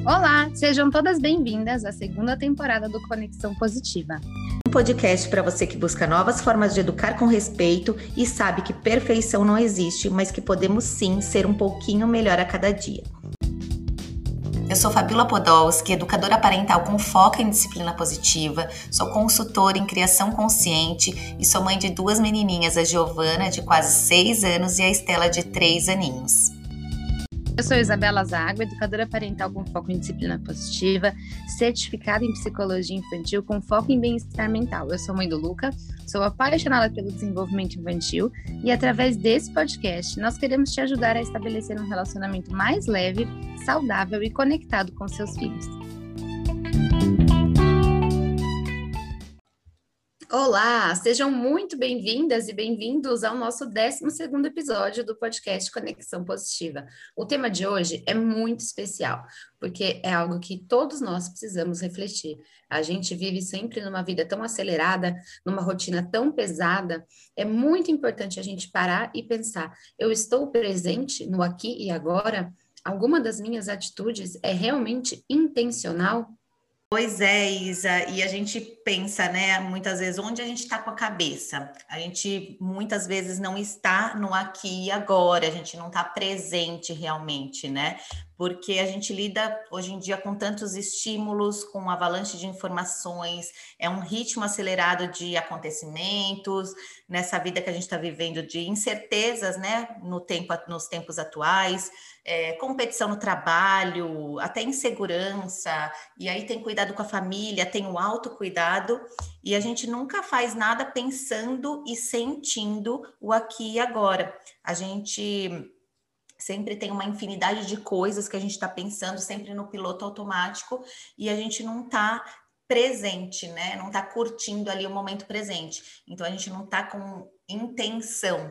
Olá, sejam todas bem-vindas à segunda temporada do Conexão Positiva. Um podcast para você que busca novas formas de educar com respeito e sabe que perfeição não existe, mas que podemos sim ser um pouquinho melhor a cada dia. Eu sou Fabíola Podolski, educadora parental com foco em disciplina positiva, sou consultora em criação consciente e sou mãe de 2 menininhas, a Giovana, de quase 6 anos, e a Estela, de 3 aninhos. Eu sou Isabela Zago, educadora parental com foco em disciplina positiva, certificada em psicologia infantil com foco em bem-estar mental. Eu sou mãe do Luca, sou apaixonada pelo desenvolvimento infantil e através desse podcast nós queremos te ajudar a estabelecer um relacionamento mais leve, saudável e conectado com seus filhos. Olá, sejam muito bem-vindas e bem-vindos ao nosso 12º episódio do podcast Conexão Positiva. O tema de hoje é muito especial, porque é algo que todos nós precisamos refletir. A gente vive sempre numa vida tão acelerada, numa rotina tão pesada, é muito importante a gente parar e pensar, eu estou presente no aqui e agora? Alguma das minhas atitudes é realmente intencional? Pois é, Isa, e a gente pensa, né, muitas vezes, onde a gente está com a cabeça? A gente muitas vezes não está no aqui e agora, a gente não está presente realmente, né? Porque a gente lida hoje em dia com tantos estímulos, com uma avalanche de informações, é um ritmo acelerado de acontecimentos, nessa vida que a gente está vivendo de incertezas, né, nos tempos atuais, competição no trabalho, até insegurança, e aí tem cuidado com a família, tem o autocuidado, e a gente nunca faz nada pensando e sentindo o aqui e agora. A gente sempre tem uma infinidade de coisas que a gente está pensando, sempre no piloto automático, e a gente não está presente, né? Não está curtindo ali o momento presente. Então, a gente não está com intenção.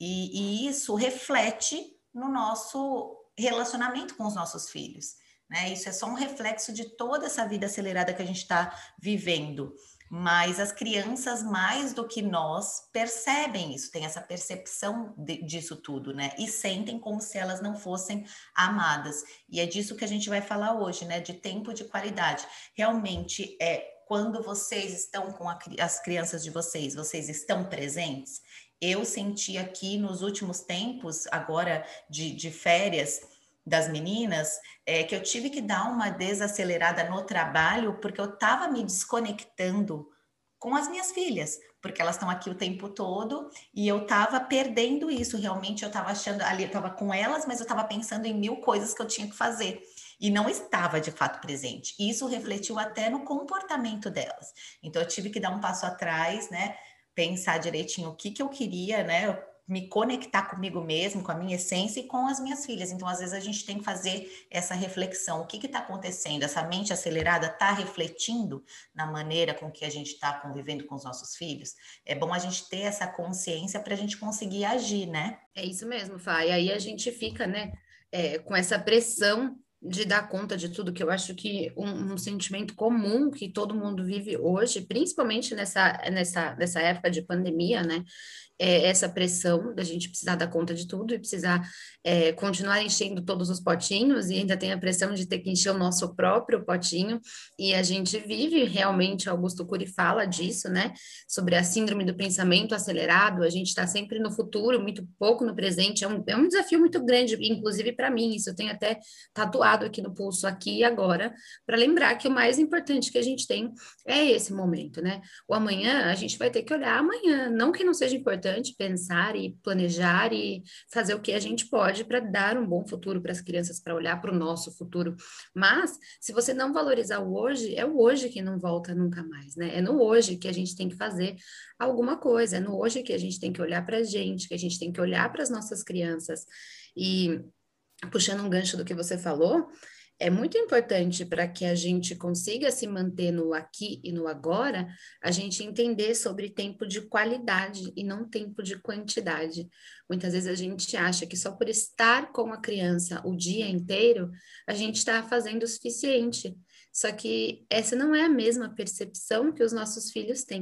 E isso reflete no nosso relacionamento com os nossos filhos, né? Isso é só um reflexo de toda essa vida acelerada que a gente está vivendo. Mas as crianças, mais do que nós, percebem isso, têm essa percepção disso tudo, né? E sentem como se elas não fossem amadas. E é disso que a gente vai falar hoje, né? De tempo de qualidade. Realmente, quando vocês estão com as crianças de vocês estão presentes? Eu senti aqui nos últimos tempos, agora de férias das meninas, que eu tive que dar uma desacelerada no trabalho, porque eu estava me desconectando com as minhas filhas, porque elas estão aqui o tempo todo, e eu estava perdendo isso, realmente eu estava achando, ali eu estava com elas, mas eu estava pensando em 1000 coisas que eu tinha que fazer, e não estava de fato presente. Isso refletiu até no comportamento delas. Então eu tive que dar um passo atrás, né, pensar direitinho o que eu queria, né, me conectar comigo mesmo, com a minha essência e com as minhas filhas. Então, às vezes, a gente tem que fazer essa reflexão. O que está acontecendo? Essa mente acelerada está refletindo na maneira com que a gente está convivendo com os nossos filhos? É bom a gente ter essa consciência para a gente conseguir agir, né? É isso mesmo, Fá. E aí a gente fica, né, com essa pressão de dar conta de tudo, que eu acho que um sentimento comum que todo mundo vive hoje, principalmente nessa época de pandemia, né? Essa pressão da gente precisar dar conta de tudo e precisar continuar enchendo todos os potinhos, e ainda tem a pressão de ter que encher o nosso próprio potinho, e a gente vive realmente, Augusto Cury fala disso, né, sobre a síndrome do pensamento acelerado, a gente está sempre no futuro, muito pouco no presente, é um desafio muito grande, inclusive para mim, isso eu tenho até tatuado aqui no pulso, aqui e agora, para lembrar que o mais importante que a gente tem é esse momento, né, o amanhã a gente vai ter que olhar amanhã, não que não seja importante pensar e planejar e fazer o que a gente pode para dar um bom futuro para as crianças, para olhar para o nosso futuro. Mas, se você não valorizar o hoje, é o hoje que não volta nunca mais, né? É no hoje que a gente tem que fazer alguma coisa, é no hoje que a gente tem que olhar para a gente, que a gente tem que olhar para as nossas crianças. E, puxando um gancho do que você falou, é muito importante para que a gente consiga se manter no aqui e no agora, a gente entender sobre tempo de qualidade e não tempo de quantidade. Muitas vezes a gente acha que só por estar com a criança o dia inteiro, a gente está fazendo o suficiente. Só que essa não é a mesma percepção que os nossos filhos têm.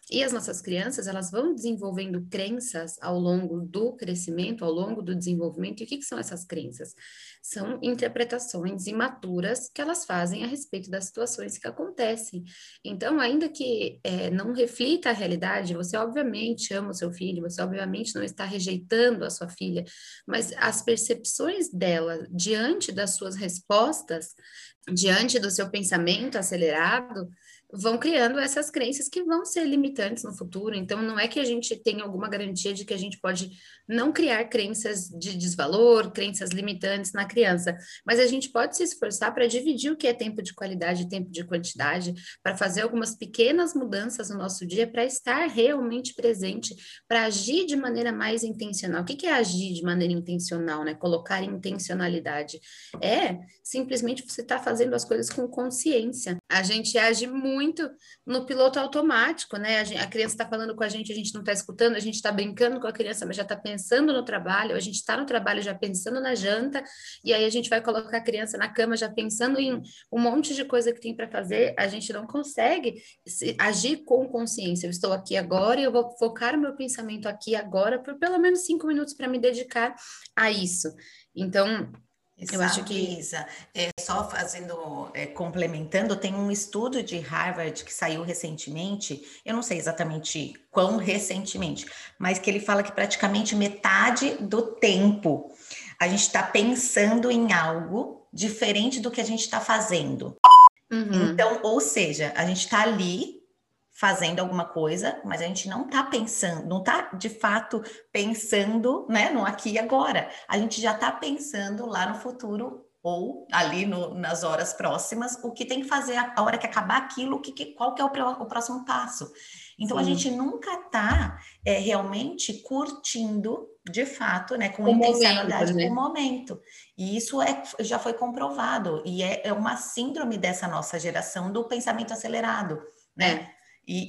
E as nossas crianças, elas vão desenvolvendo crenças ao longo do crescimento, ao longo do desenvolvimento. E o que que são essas crenças? São interpretações imaturas que elas fazem a respeito das situações que acontecem. Então, ainda que não reflita a realidade, você obviamente ama o seu filho, você obviamente não está rejeitando a sua filha, mas as percepções dela diante das suas respostas, diante do seu pensamento acelerado, vão criando essas crenças que vão ser limitantes no futuro. Então, não é que a gente tem alguma garantia de que a gente pode não criar crenças de desvalor, crenças limitantes na criança, mas a gente pode se esforçar para dividir o que é tempo de qualidade e tempo de quantidade, para fazer algumas pequenas mudanças no nosso dia, para estar realmente presente, para agir de maneira mais intencional. O que é agir de maneira intencional, né? Colocar intencionalidade. É simplesmente você está fazendo as coisas com consciência. A gente age muito no piloto automático, né? A criança está falando com a gente não está escutando, a gente está brincando com a criança, mas já está pensando no trabalho, a gente está no trabalho já pensando na janta, e aí a gente vai colocar a criança na cama já pensando em um monte de coisa que tem para fazer, a gente não consegue agir com consciência. Eu estou aqui agora e eu vou focar o meu pensamento aqui agora por pelo menos 5 minutos para me dedicar a isso. Então, E eu acho sabe, que... Isa, só fazendo, complementando, tem um estudo de Harvard que saiu recentemente, eu não sei exatamente quão recentemente, mas que ele fala que praticamente metade do tempo a gente está pensando em algo diferente do que a gente está fazendo. Uhum. Então, ou seja, a gente está ali fazendo alguma coisa, mas a gente não está pensando, não está de fato pensando, né, no aqui e agora. A gente já está pensando lá no futuro ou ali nas horas próximas, o que tem que fazer a hora que acabar aquilo, qual que é o próximo passo. Então, a Sim. gente nunca está realmente curtindo, de fato, né, com O momento, intencionalidade, o né? momento. E isso já foi comprovado, e é uma síndrome dessa nossa geração do pensamento acelerado, né? É.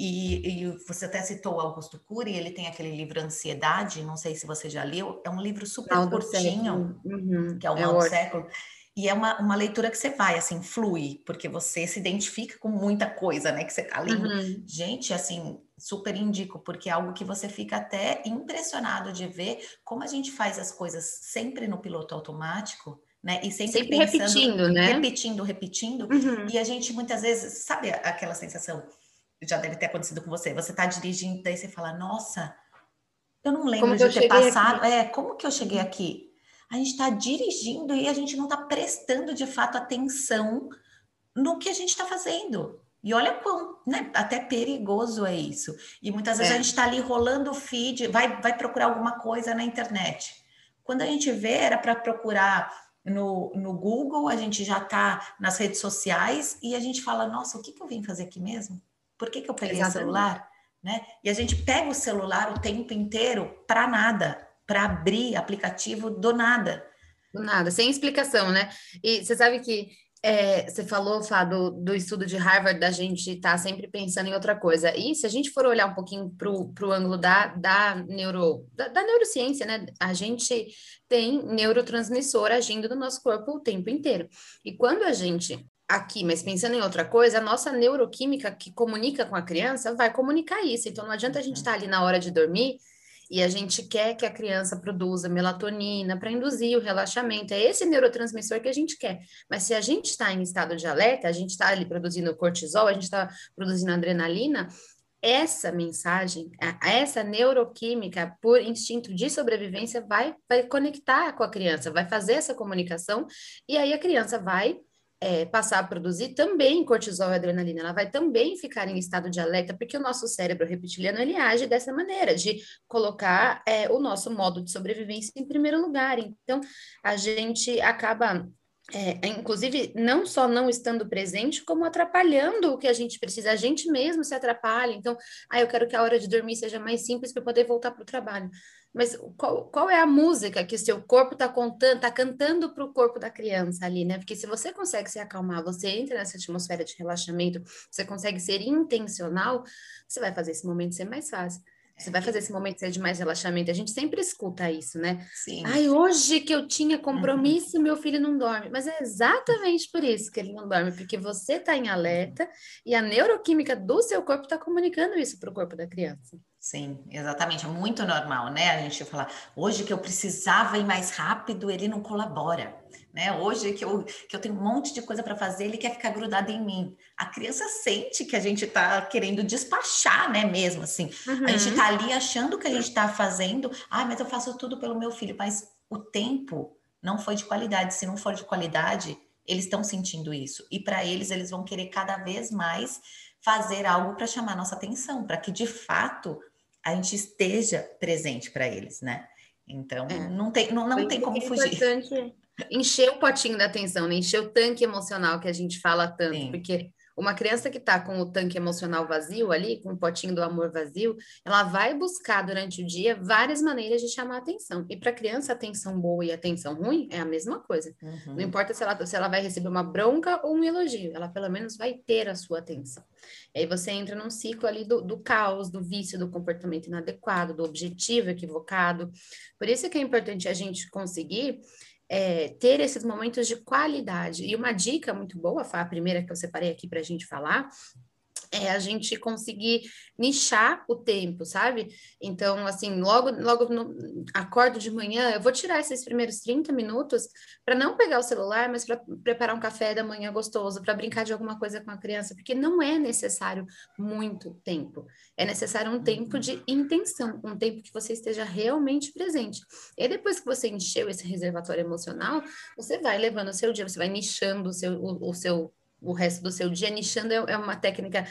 E você até citou o Augusto Cury, ele tem aquele livro Ansiedade, não sei se você já leu, é um livro super Mal do curtinho, século. Uhum. que é o É Mal do ótimo. Século, e é uma leitura que você vai, assim, flui, porque você se identifica com muita coisa, né, que você tá lendo. Uhum. Gente, assim, super indico, porque é algo que você fica até impressionado de ver como a gente faz as coisas sempre no piloto automático, né, e sempre Sempre pensando, repetindo, né? repetindo, Uhum. e a gente muitas vezes, sabe aquela sensação, já deve ter acontecido com você. Você está dirigindo, daí você fala, nossa, eu não Como lembro que de eu ter cheguei passado. aqui? Como que eu cheguei Uhum. aqui? A gente está dirigindo e a gente não está prestando de fato atenção no que a gente está fazendo. E olha quão, né, até perigoso é isso. E muitas vezes a gente É, está ali rolando o feed, vai procurar alguma coisa na internet. Quando a gente vê, era para procurar no Google, a gente já está nas redes sociais e a gente fala, nossa, o que eu vim fazer aqui mesmo? Por que eu peguei o exatamente. celular? Né? E a gente pega o celular o tempo inteiro para nada, para abrir aplicativo do nada. Do nada, sem explicação, né? E você sabe que você falou, Fá, do estudo de Harvard, da gente estar sempre pensando em outra coisa. E se a gente for olhar um pouquinho para o ângulo da neurociência, né? A gente tem neurotransmissor agindo no nosso corpo o tempo inteiro. E quando a gente aqui, mas pensando em outra coisa, a nossa neuroquímica que comunica com a criança vai comunicar isso. Então não adianta a gente estar ali na hora de dormir e a gente quer que a criança produza melatonina para induzir o relaxamento. É esse neurotransmissor que a gente quer. Mas se a gente está em estado de alerta, a gente está ali produzindo cortisol, a gente está produzindo adrenalina, essa mensagem, essa neuroquímica por instinto de sobrevivência vai conectar com a criança, vai fazer essa comunicação, e aí a criança vai passar a produzir também cortisol e adrenalina, ela vai também ficar em estado de alerta, porque o nosso cérebro reptiliano ele age dessa maneira, de colocar o nosso modo de sobrevivência em primeiro lugar. Então, a gente acaba inclusive, não só não estando presente, como atrapalhando o que a gente precisa, a gente mesmo se atrapalha. Então, eu quero que a hora de dormir seja mais simples para poder voltar para o trabalho. Mas qual é a música que o seu corpo está contando, está cantando para o corpo da criança ali, né? Porque se você consegue se acalmar, você entra nessa atmosfera de relaxamento, você consegue ser intencional, você vai fazer esse momento ser mais fácil. Você vai fazer esse momento ser de mais relaxamento. A gente sempre escuta isso, né? Sim. Ai, hoje que eu tinha Uhum. compromisso, meu filho não dorme. Mas é exatamente por isso que ele não dorme, porque você está em alerta e a neuroquímica do seu corpo está comunicando isso para o corpo da criança. Sim, exatamente. É muito normal, né? A gente falar, hoje que eu precisava ir mais rápido, ele não colabora, né? Hoje que eu tenho um monte de coisa para fazer, ele quer ficar grudado em mim. A criança sente que a gente está querendo despachar, né? Mesmo assim, a gente está Uhum. ali achando que a gente está fazendo, mas eu faço tudo pelo meu filho, mas o tempo não foi de qualidade. Se não for de qualidade, eles estão sentindo isso. E para eles, eles vão querer cada vez mais fazer algo para chamar nossa atenção, para que de fato a gente esteja presente para eles, né? Então, É. Por não tem isso que como é fugir. importante encher o potinho da atenção, né? Encher o tanque emocional que a gente fala tanto, Sim, porque uma criança que está com o tanque emocional vazio ali, com o potinho do amor vazio, ela vai buscar durante o dia várias maneiras de chamar a atenção. E para a criança, atenção boa e atenção ruim é a mesma coisa. Não uhum, importa se ela vai receber uma bronca ou um elogio, ela pelo menos vai ter a sua atenção. E aí você entra num ciclo ali do caos, do vício, do comportamento inadequado, do objetivo equivocado. Por isso que é importante a gente conseguir ter esses momentos de qualidade. E uma dica muito boa, Fá, a primeira que eu separei aqui para a gente falar, é a gente conseguir nichar o tempo, sabe? Então, assim, logo acordo de manhã, eu vou tirar esses primeiros 30 minutos para não pegar o celular, mas para preparar um café da manhã gostoso, para brincar de alguma coisa com a criança, porque não é necessário muito tempo. É necessário um tempo uhum. de intenção, um tempo que você esteja realmente presente. E depois que você encheu esse reservatório emocional, você vai levando o seu dia, você vai nichando o resto do seu dia. Nichando é uma técnica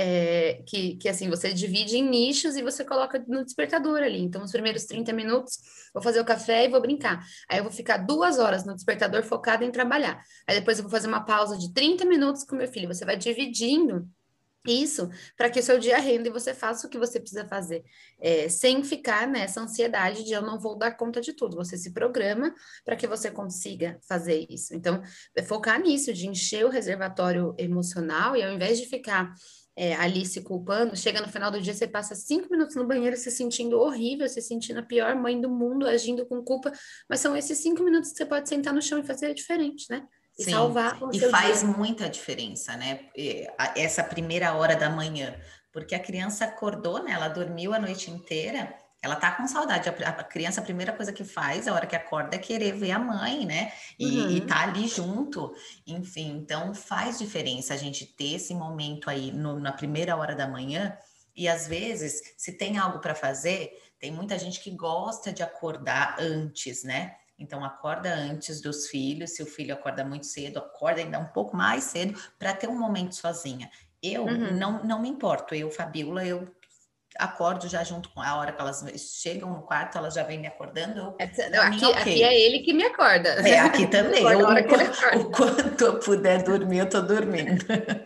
que assim, você divide em nichos e você coloca no despertador ali. Então, os primeiros 30 minutos, vou fazer o café e vou brincar. Aí eu vou ficar 2 horas no despertador focada em trabalhar. Aí depois eu vou fazer uma pausa de 30 minutos com meu filho. Você vai dividindo isso para que o seu dia renda e você faça o que você precisa fazer, sem ficar nessa ansiedade de eu não vou dar conta de tudo. Você se programa para que você consiga fazer isso. Então, focar nisso, de encher o reservatório emocional e ao invés de ficar ali se culpando, chega no final do dia, você passa 5 minutos no banheiro se sentindo horrível, se sentindo a pior mãe do mundo, agindo com culpa, mas são esses 5 minutos que você pode sentar no chão e fazer diferente, né? E Sim, salvar o e seu faz dia. muita diferença, né? Essa primeira hora da manhã, porque a criança acordou, né? Ela dormiu a noite inteira, ela tá com saudade. A criança, a primeira coisa que faz, a hora que acorda, é querer ver a mãe, né? E Uhum. tá ali junto, enfim. Então faz diferença a gente ter esse momento aí na primeira hora da manhã. E às vezes, se tem algo para fazer, tem muita gente que gosta de acordar antes, né? Então, acorda antes dos filhos. Se o filho acorda muito cedo, acorda ainda um pouco mais cedo para ter um momento sozinha. Eu Uhum. não me importo. Eu, Fabiola, eu acordo já junto com a hora que elas chegam no quarto, elas já vêm me acordando. Não, Para mim, aqui é ok. ele que me acorda. Aqui Eu também. acordo a hora que ele O acorda. quanto eu puder dormir, eu tô dormindo.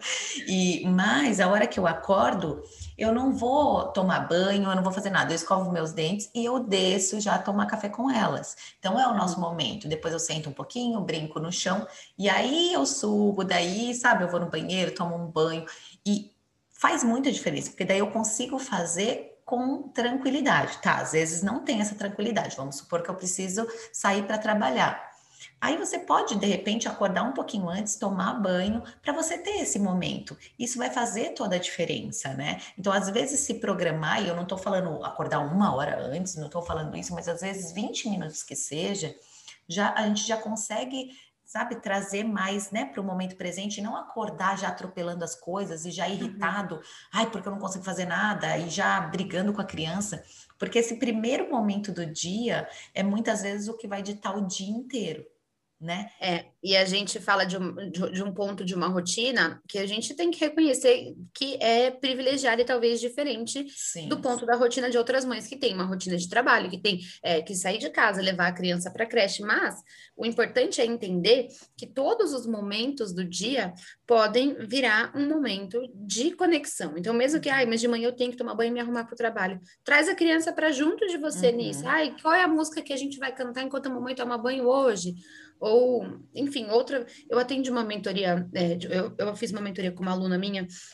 Mas a hora que eu acordo, eu não vou tomar banho, eu não vou fazer nada. Eu escovo meus dentes e eu desço já tomar café com elas. Então é o nosso Uhum. momento. Depois eu sento um pouquinho, brinco no chão e aí eu subo, daí, sabe, eu vou no banheiro, tomo um banho e faz muita diferença, porque daí eu consigo fazer com tranquilidade, tá? Às vezes não tem essa tranquilidade. Vamos supor que eu preciso sair para trabalhar. Aí você pode, de repente, acordar um pouquinho antes, tomar banho, para você ter esse momento. Isso vai fazer toda a diferença, né? Então, às vezes, se programar, e eu não estou falando acordar 1 hora antes, não estou falando isso, mas às vezes 20 minutos que seja, a gente já consegue, sabe, trazer mais, né, para o momento presente, e não acordar já atropelando as coisas e já Uhum. irritado, ai, porque eu não consigo fazer nada, e já brigando com a criança. Porque esse primeiro momento do dia é muitas vezes o que vai ditar o dia inteiro, né? E a gente fala de um ponto de uma rotina que a gente tem que reconhecer que é privilegiado e talvez diferente do Sim, ponto da rotina de outras mães que tem uma rotina de trabalho, que tem que sair de casa, levar a criança para a creche. Mas o importante é entender que todos os momentos do dia podem virar um momento de conexão. Então, mesmo que, ai, mas de manhã eu tenho que tomar banho e me arrumar para o trabalho, traz a criança para junto de você nisso. uhum, Ai, qual é a música que a gente vai cantar enquanto a mamãe toma banho hoje? Ou, enfim, outra. Eu atendi uma mentoria, eu fiz uma mentoria com uma aluna minha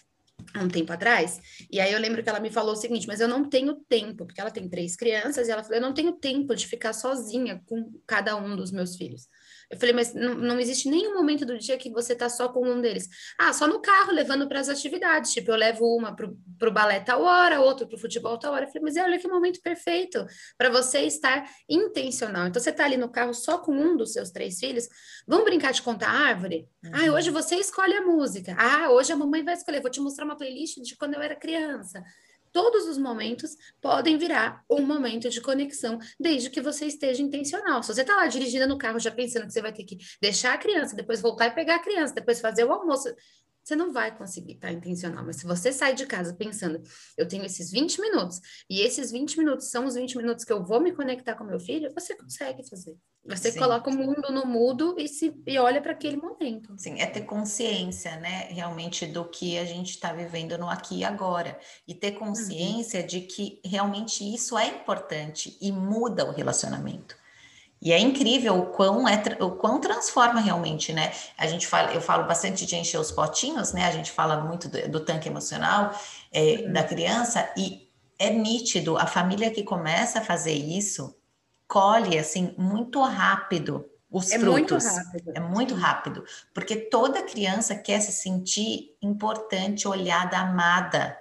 há um tempo atrás, e aí eu lembro que ela me falou o seguinte, mas eu não tenho tempo, porque ela tem 3 crianças, e ela falou, eu não tenho tempo de ficar sozinha com cada um dos meus filhos. Eu falei, mas não existe nenhum momento do dia que você tá só com um deles. Ah, só no carro, levando para as atividades, tipo, eu levo uma pro balé tal hora, outro pro futebol tal hora. Eu falei, mas olha que momento perfeito para você estar intencional. Então, você tá ali no carro só com um dos seus 3 filhos, vamos brincar de contar árvore? Ah, hoje você escolhe a música. Ah, hoje a mamãe vai escolher. Vou te mostrar uma playlist de quando eu era criança. Todos os momentos podem virar um momento de conexão, desde que você esteja intencional. Se você está lá dirigindo no carro, já pensando que você vai ter que deixar a criança, depois voltar e pegar a criança, depois fazer o almoço, você não vai conseguir estar intencional. Mas se você sai de casa pensando, eu tenho esses 20 minutos, e esses 20 minutos são os 20 minutos que eu vou me conectar com meu filho, você consegue fazer. Você Sim. coloca o mundo no mudo e olha para aquele momento. Sim, é ter consciência, né, realmente do que a gente está vivendo no aqui e agora. E ter consciência de que realmente isso é importante e muda o relacionamento. E é incrível o quão transforma realmente, né? Eu falo bastante de encher os potinhos, né? A gente fala muito do tanque emocional da criança, e é nítido, a família que começa a fazer isso colhe assim muito rápido os É muito frutos. rápido. É muito Sim. rápido, porque toda criança quer se sentir importante, olhada, amada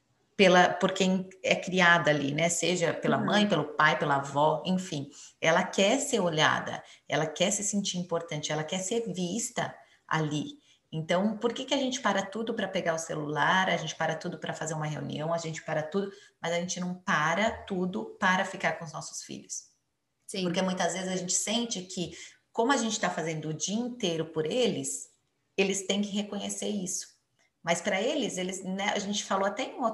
por quem é criada ali, né? Seja pela mãe, pelo pai, pela avó, enfim. Ela quer ser olhada, ela quer se sentir importante, ela quer ser vista ali. Então, por que a gente para tudo para pegar o celular, a gente para tudo para fazer uma reunião, a gente para tudo, mas a gente não para tudo para ficar com os nossos filhos? Sim. Porque muitas vezes a gente sente que, como a gente está fazendo o dia inteiro por eles, eles têm que reconhecer isso. Mas para eles, né, a gente falou até em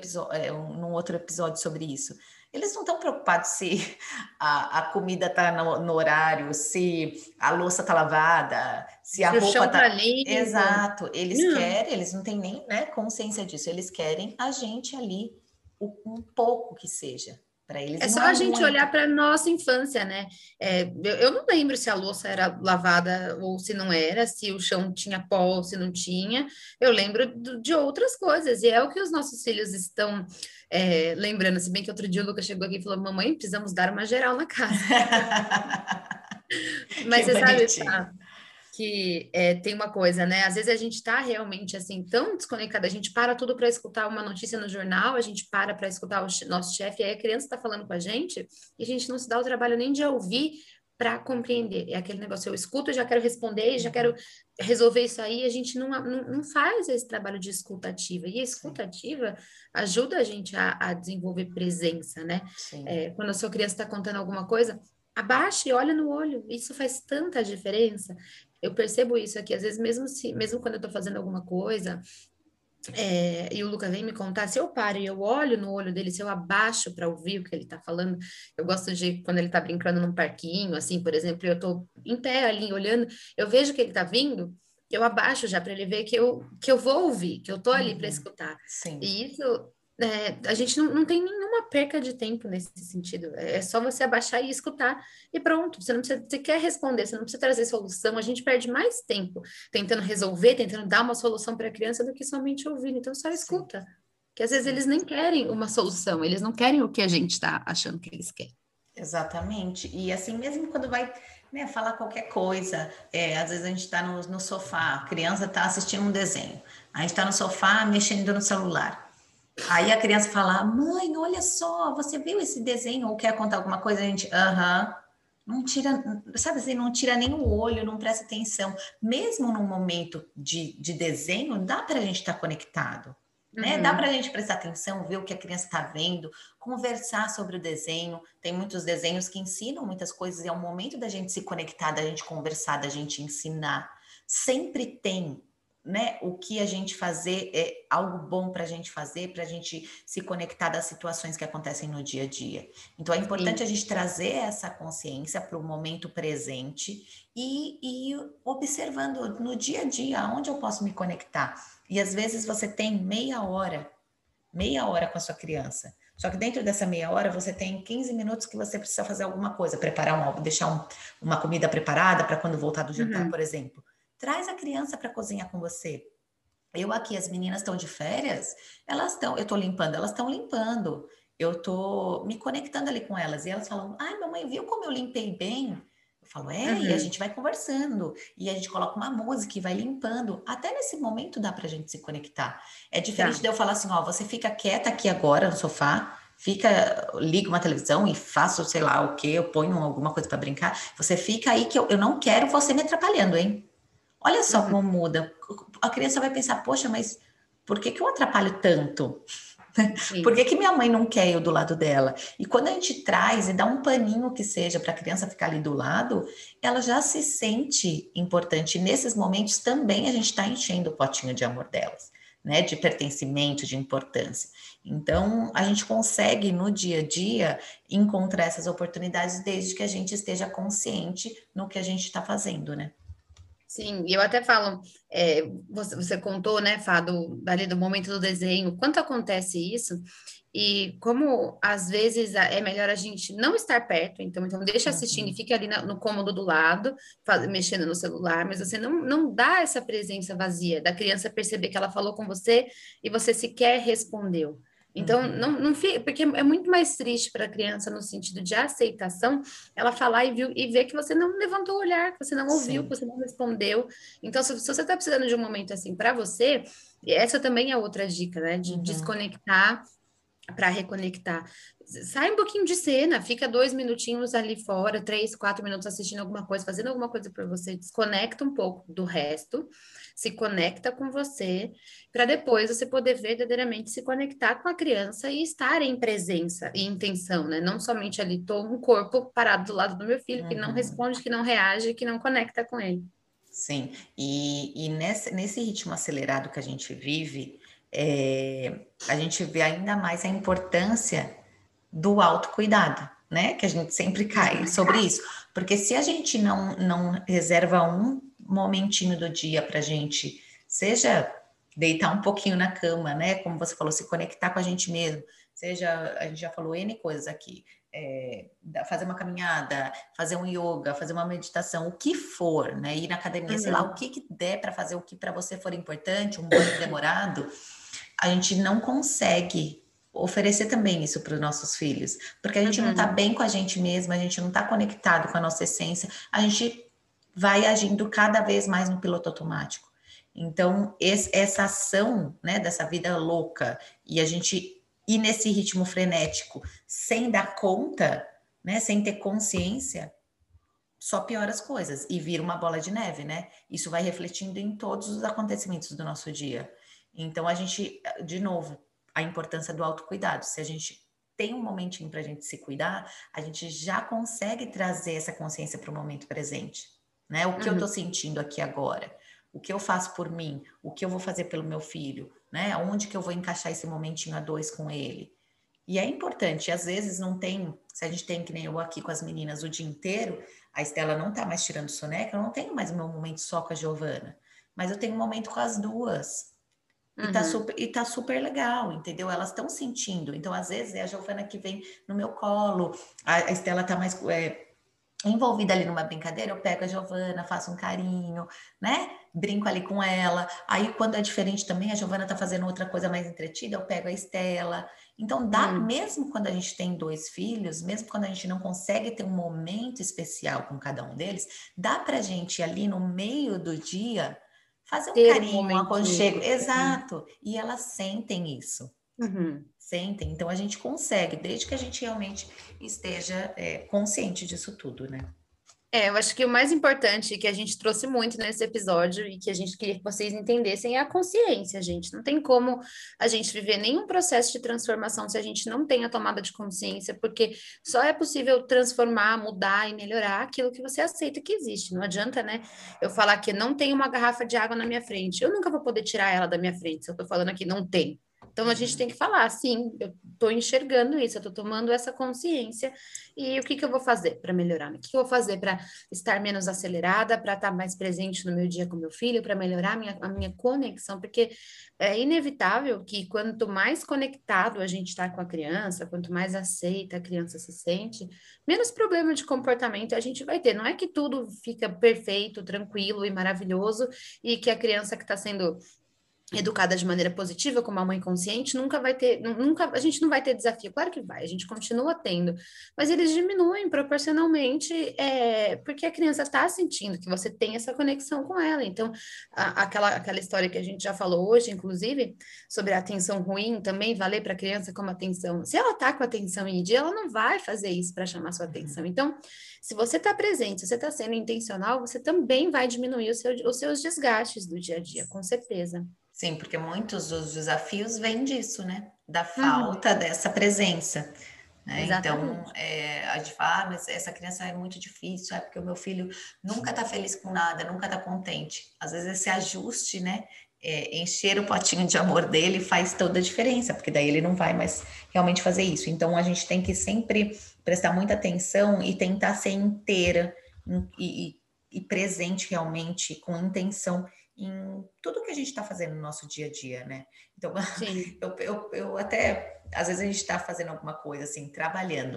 num outro episódio sobre isso. Eles não estão preocupados se a comida está no horário, se a louça está lavada, se a Se o roupa chão tá está. limpo. Exato, eles querem, eles não têm nem, né, consciência disso, eles querem a gente ali, um pouco que seja. Para eles É só não é a gente muito. olhar para nossa infância, né? Eu não lembro se a louça era lavada ou se não era, se o chão tinha pó ou se não tinha. Eu lembro de outras coisas, e é o que os nossos filhos estão lembrando. Se bem que outro dia o Lucas chegou aqui e falou: Mamãe, precisamos dar uma geral na casa. Que Mas você sabe, bonitinho. que tem uma coisa, né? Às vezes a gente está realmente assim tão desconectada, a gente para tudo para escutar uma notícia no jornal, a gente para escutar o nosso chefe, e aí a criança está falando com a gente e a gente não se dá o trabalho nem de ouvir para compreender. É aquele negócio, eu escuto, já quero responder, já quero resolver isso aí, a gente não faz esse trabalho de escutativa. E a escutativa ajuda a gente a desenvolver presença, né? Sim. Quando a sua criança está contando alguma coisa, abaixa e olha no olho. Isso faz tanta diferença. Eu percebo isso aqui, às vezes, mesmo quando eu estou fazendo alguma coisa, e o Luca vem me contar, se eu paro e eu olho no olho dele, se eu abaixo para ouvir o que ele está falando, eu gosto de, quando ele está brincando num parquinho, assim, por exemplo, eu estou em pé ali olhando, eu vejo que ele está vindo, eu abaixo já para ele ver que eu vou ouvir, que eu estou ali para escutar. Sim. E isso, a gente não tem nenhuma perca de tempo nesse sentido. É só você abaixar e escutar e pronto. Você não precisa, você quer responder, você não precisa trazer solução. A gente perde mais tempo tentando resolver, tentando dar uma solução para a criança do que somente ouvir. Então só escuta. Que às vezes eles nem querem uma solução, eles não querem o que a gente está achando que eles querem. Exatamente. E assim, mesmo quando vai, né, falar qualquer coisa, às vezes a gente está no sofá, a criança está assistindo um desenho, a gente está no sofá mexendo no celular. Aí a criança fala: Mãe, olha só, você viu esse desenho? Ou quer contar alguma coisa? A gente, não tira, sabe assim, não tira nem o olho, não presta atenção. Mesmo num momento de desenho, dá para a gente estar conectado. Né? Dá para a gente prestar atenção, ver o que a criança está vendo, conversar sobre o desenho. Tem muitos desenhos que ensinam muitas coisas, e é o momento da gente se conectar, da gente conversar, da gente ensinar. Sempre tem, né, o que a gente fazer, algo bom para a gente fazer, para a gente se conectar das situações que acontecem no dia a dia. Então é importante a gente trazer essa consciência para o momento presente e observando no dia a dia onde eu posso me conectar. E às vezes você tem meia hora com a sua criança. Só que dentro dessa meia hora você tem 15 minutos que você precisa fazer alguma coisa, deixar uma comida preparada para quando voltar do jantar, por exemplo. Traz a criança para cozinhar com você. Eu aqui, as meninas estão de férias, eu tô limpando, elas estão limpando. Eu tô me conectando ali com elas. E elas falam, ai, mamãe, viu como eu limpei bem? Eu falo, e a Uhum, gente vai conversando. E a gente coloca uma música e vai limpando. Até nesse momento dá pra gente se conectar. É diferente dá. de eu falar assim, ó, você fica quieta aqui agora no sofá, liga uma televisão e faço, sei lá o que, eu ponho alguma coisa para brincar. Você fica aí que eu não quero você me atrapalhando, hein? Olha só Uhum, como muda. A criança vai pensar, poxa, mas por que que eu atrapalho tanto? Por que sim. que minha mãe não quer eu do lado dela? E quando a gente traz e dá um paninho que seja para a criança ficar ali do lado, ela já se sente importante. E nesses momentos também a gente está enchendo o potinho de amor delas, né? De pertencimento, de importância. Então, a gente consegue no dia a dia encontrar essas oportunidades desde que a gente esteja consciente no que a gente está fazendo, né? Sim, e eu até falo, você contou, né, Fá, dali do momento do desenho, quanto acontece isso, e como às vezes é melhor a gente não estar perto, então deixa assistindo e Uhum, fica ali no cômodo do lado, mexendo no celular, mas você não dá essa presença vazia da criança perceber que ela falou com você e você sequer respondeu. Então, uhum. não fica, porque é muito mais triste para a criança no sentido de aceitação ela falar e ver que você não levantou o olhar, que você não ouviu, que Sim. você não respondeu. Então, se você está precisando de um momento assim para você, essa também é outra dica, né? De Uhum. desconectar para reconectar. Sai um pouquinho de cena, fica 2 minutinhos ali fora, 3, 4 minutos assistindo alguma coisa, fazendo alguma coisa para você, desconecta um pouco do resto, se conecta com você, para depois você poder verdadeiramente se conectar com a criança e estar em presença e intenção, né? Não somente ali, tô um corpo parado do lado do meu filho que não Uhum. responde, que não reage, que não conecta com ele. Sim, e nesse ritmo acelerado que a gente vive, a gente vê ainda mais a importância do autocuidado, né? Que a gente sempre cai Uhum. sobre isso. Porque se a gente não reserva um momentinho do dia para a gente, seja deitar um pouquinho na cama, né? Como você falou, se conectar com a gente mesmo, seja, a gente já falou N coisas aqui, fazer uma caminhada, fazer um yoga, fazer uma meditação, o que for, né? Ir na academia, sei lá, o Uhum. que der para fazer, o que para você for importante, um banho demorado, a gente não consegue oferecer também isso para os nossos filhos, porque a gente não está Uhum. bem com a gente mesma, a gente não está conectado com a nossa essência, a gente vai agindo cada vez mais no piloto automático. Então, essa ação, né, dessa vida louca e a gente ir nesse ritmo frenético sem dar conta, né, sem ter consciência, só piora as coisas e vira uma bola de neve, né? Isso vai refletindo em todos os acontecimentos do nosso dia. Então, a gente, de novo, a importância do autocuidado. Se a gente tem um momentinho para a gente se cuidar, a gente já consegue trazer essa consciência para o momento presente, né? O que eu estou Uhum. sentindo aqui agora? O que eu faço por mim? O que eu vou fazer pelo meu filho? Né? Onde que eu vou encaixar esse momentinho a dois com ele? E é importante, às vezes não tem, se a gente tem que nem eu aqui com as meninas o dia inteiro, a Estela não tá mais tirando soneca, eu não tenho mais o meu momento só com a Giovana, mas eu tenho um momento com as duas. Uhum. E tá super legal, entendeu? Elas estão sentindo. Então, às vezes, é a Giovana que vem no meu colo, a Estela tá mais envolvida ali numa brincadeira, eu pego a Giovana, faço um carinho, né? Brinco ali com ela. Aí, quando é diferente também, a Giovana tá fazendo outra coisa mais entretida, eu pego a Estela. Então, dá, Uhum. mesmo quando a gente tem dois filhos, mesmo quando a gente não consegue ter um momento especial com cada um deles, dá pra gente ali no meio do dia fazer um Ter um carinho, um momentinho. aconchego. Exato. E elas sentem isso. Uhum. Sentem. Então, a gente consegue, desde que a gente realmente esteja consciente disso tudo, né? Eu acho que o mais importante que a gente trouxe muito nesse episódio e que a gente queria que vocês entendessem é a consciência, gente. Não tem como a gente viver nenhum processo de transformação se a gente não tem a tomada de consciência, porque só é possível transformar, mudar e melhorar aquilo que você aceita que existe. Não adianta, né? Eu falar que não tem uma garrafa de água na minha frente. Eu nunca vou poder tirar ela da minha frente se eu tô falando aqui não tem. Então a gente tem que falar, sim, eu estou enxergando isso, eu estou tomando essa consciência e o que que eu vou fazer para melhorar? O que que eu vou fazer para estar menos acelerada, para estar mais presente no meu dia com meu filho, para melhorar a minha conexão, porque é inevitável que quanto mais conectado a gente está com a criança, quanto mais aceita a criança se sente, menos problema de comportamento a gente vai ter. Não é que tudo fica perfeito, tranquilo e maravilhoso e que a criança que está sendo educada de maneira positiva, como a mãe consciente, a gente não vai ter desafio. Claro que vai, a gente continua tendo, mas eles diminuem proporcionalmente, porque a criança está sentindo que você tem essa conexão com ela. Então, aquela história que a gente já falou hoje, inclusive, sobre a atenção ruim, também valer para a criança como atenção. Se ela está com atenção em dia, ela não vai fazer isso para chamar sua atenção. Então, se você está presente, se você está sendo intencional, você também vai diminuir os seus desgastes do dia a dia, com certeza. Sim, porque muitos dos desafios vêm disso, né? Da falta dessa presença. Né? Então, a gente fala, mas essa criança é muito difícil, porque o meu filho nunca está feliz com nada, nunca está contente. Às vezes esse ajuste, né? Encher o potinho de amor dele faz toda a diferença, porque daí ele não vai mais realmente fazer isso. Então, a gente tem que sempre prestar muita atenção e tentar ser inteira e presente realmente, com intenção em tudo que a gente está fazendo no nosso dia a dia, né? Então, eu até, às vezes a gente está fazendo alguma coisa, assim, trabalhando,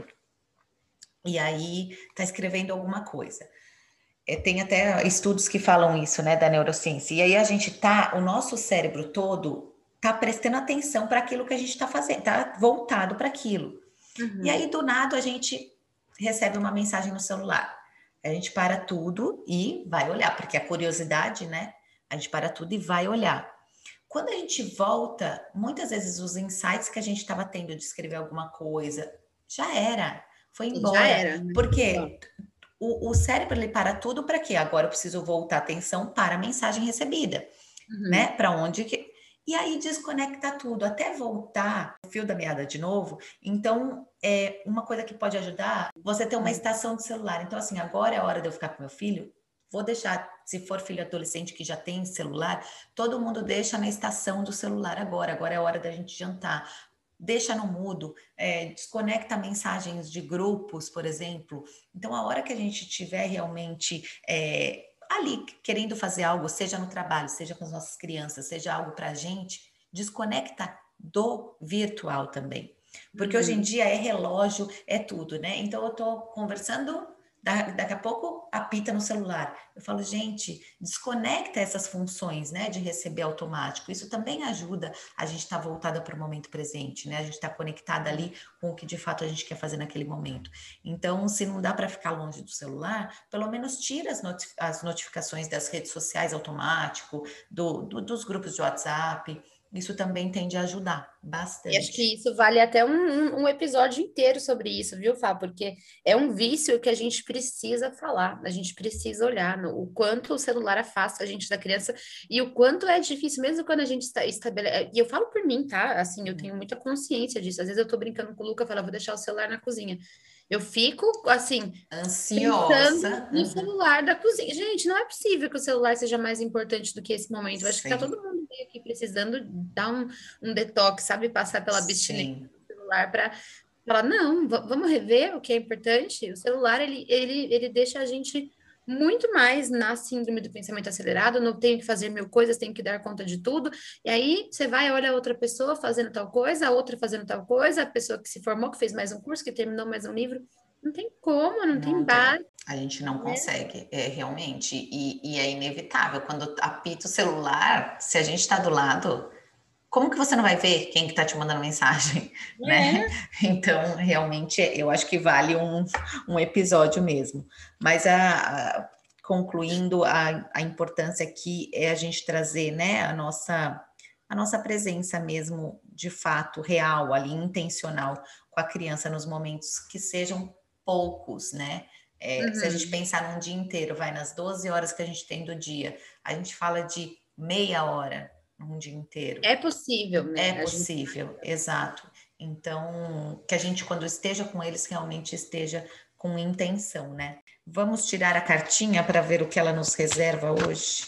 e aí está escrevendo alguma coisa. Tem até estudos que falam isso, né, da neurociência, e aí o nosso cérebro todo está prestando atenção para aquilo que a gente está fazendo, está voltado para aquilo. E aí, do nada, a gente recebe uma mensagem no celular. A gente para tudo e vai olhar, porque a curiosidade, né? A gente para tudo e vai olhar. Quando a gente volta, muitas vezes os insights que a gente estava tendo de escrever alguma coisa, foi embora. Já era. Né? Porque o cérebro, ele para tudo para quê? Agora eu preciso voltar a atenção para a mensagem recebida, né? Para onde que... E aí desconecta tudo, até voltar o fio da meada de novo. Então, uma coisa que pode ajudar, você ter uma estação de celular. Então, assim, agora é a hora de eu ficar com meu filho, vou deixar, se for filho adolescente que já tem celular, todo mundo deixa na estação do celular agora é a hora da gente jantar. Deixa no mudo, desconecta mensagens de grupos, por exemplo. Então, a hora que a gente estiver realmente ali querendo fazer algo, seja no trabalho, seja com as nossas crianças, seja algo para a gente, desconecta do virtual também. Porque hoje em dia é relógio, é tudo, né? Então, eu estou conversando... Daqui a pouco apita no celular. Eu falo, gente, desconecta essas funções, né, de receber automático. Isso também ajuda a gente estar voltada para o momento presente, né? A gente está conectada ali com o que de fato a gente quer fazer naquele momento. Então, se não dá para ficar longe do celular, pelo menos tira as notificações das redes sociais automático, dos grupos de WhatsApp. Isso também tende a ajudar bastante. E acho que isso vale até um episódio inteiro sobre isso, viu, Fá? Porque é um vício que a gente precisa falar, a gente precisa olhar o quanto o celular afasta a gente da criança e o quanto é difícil, mesmo quando a gente estabelece... E eu falo por mim, tá? Assim, eu tenho muita consciência disso. Às vezes eu tô brincando com o Luca e falo, vou deixar o celular na cozinha. Eu fico, assim, ansiosa no celular da cozinha. Gente, não é possível que o celular seja mais importante do que esse momento. Eu acho que tá todo mundo aqui precisando dar um detox, sabe? Passar pela abstinência do celular para falar, não, vamos rever o que é importante. O celular, ele deixa a gente muito mais na síndrome do pensamento acelerado, não tenho que fazer mil coisas, tenho que dar conta de tudo, e aí você vai, olha a outra pessoa fazendo tal coisa, a outra fazendo tal coisa, a pessoa que se formou, que fez mais um curso, que terminou mais um livro, não tem como, não tem base. A gente não consegue, realmente, e é inevitável, quando apita o celular, se a gente está do lado, como que você não vai ver quem que está te mandando mensagem, né? Então, realmente, eu acho que vale um episódio mesmo. Mas, concluindo, a importância aqui é a gente trazer, né, a nossa presença mesmo, de fato, real, ali, intencional, com a criança nos momentos que sejam poucos, né? Se a gente pensar num dia inteiro, nas 12 horas que a gente tem do dia, a gente fala de meia hora num dia inteiro. É possível, né? É possível, exato. Então, que a gente, quando esteja com eles, realmente esteja com intenção, né? Vamos tirar a cartinha para ver o que ela nos reserva hoje.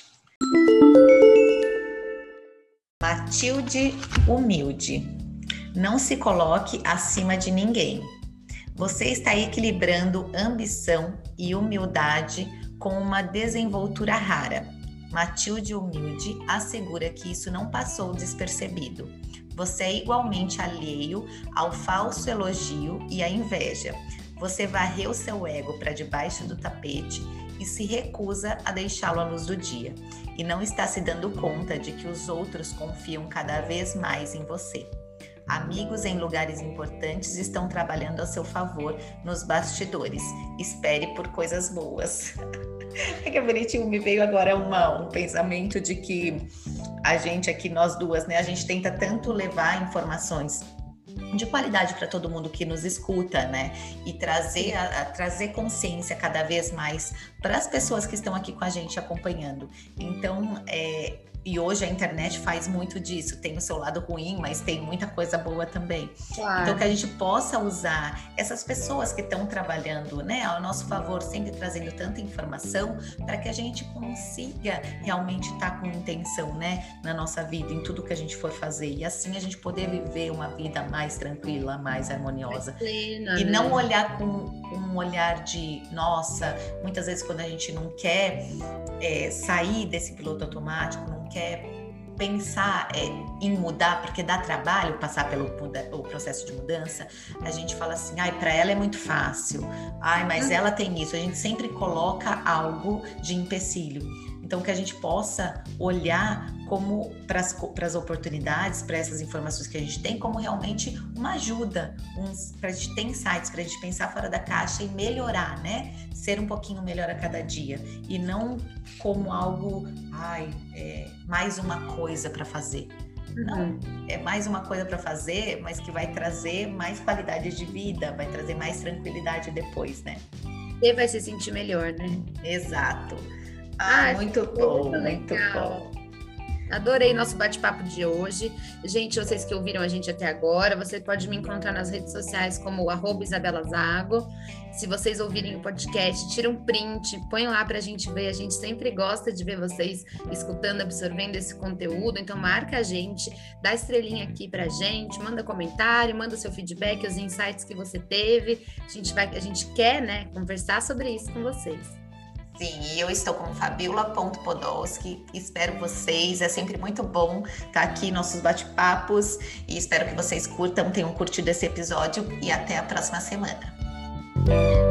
Matilde humilde. Não se coloque acima de ninguém. Você está equilibrando ambição e humildade com uma desenvoltura rara. Matilde humilde assegura que isso não passou despercebido. Você é igualmente alheio ao falso elogio e à inveja. Você varreu seu ego para debaixo do tapete e se recusa a deixá-lo à luz do dia, e não está se dando conta de que os outros confiam cada vez mais em você. Amigos em lugares importantes estão trabalhando a seu favor nos bastidores. Espere por coisas boas. É que bonitinho, me veio agora um pensamento de que a gente aqui, nós duas, né? A gente tenta tanto levar informações de qualidade para todo mundo que nos escuta, né? E trazer consciência cada vez mais para as pessoas que estão aqui com a gente acompanhando. Então, e hoje a internet faz muito disso, tem o seu lado ruim, mas tem muita coisa boa também. Claro. Então que a gente possa usar essas pessoas que estão trabalhando, né, ao nosso favor, sempre trazendo tanta informação, para que a gente consiga realmente estar com intenção, né, na nossa vida, em tudo que a gente for fazer, e assim a gente poder viver uma vida mais tranquila, mais harmoniosa. Plena, e não olhar com um olhar de, nossa, muitas vezes quando a gente não quer sair desse piloto automático, não quer pensar em mudar, porque dá trabalho passar pelo o processo de mudança, a gente fala assim, para ela é muito fácil, mas ela tem isso, a gente sempre coloca algo de empecilho. Então, que a gente possa olhar como para as oportunidades, para essas informações que a gente tem, como realmente uma ajuda, para a gente ter insights, para a gente pensar fora da caixa e melhorar, né? Ser um pouquinho melhor a cada dia. E não como algo, mais uma coisa para fazer. Não, é mais uma coisa para fazer, mas que vai trazer mais qualidade de vida, vai trazer mais tranquilidade depois, né? E vai se sentir melhor, né? Exato. Muito bom, muito bom. Adorei nosso bate-papo de hoje. Gente, vocês que ouviram a gente até agora, você pode me encontrar nas redes sociais como @IsabelaZago. Se vocês ouvirem o podcast, tira um print, põe lá pra gente ver. A gente sempre gosta de ver vocês escutando, absorvendo esse conteúdo. Então marca a gente, dá estrelinha aqui pra gente, manda comentário, manda seu feedback, os insights que você teve. A gente quer, né, conversar sobre isso com vocês. Sim, e eu estou como Fabiola.Podolski, espero vocês, é sempre muito bom estar aqui, nossos bate-papos, e espero que vocês curtam, tenham curtido esse episódio, e até a próxima semana.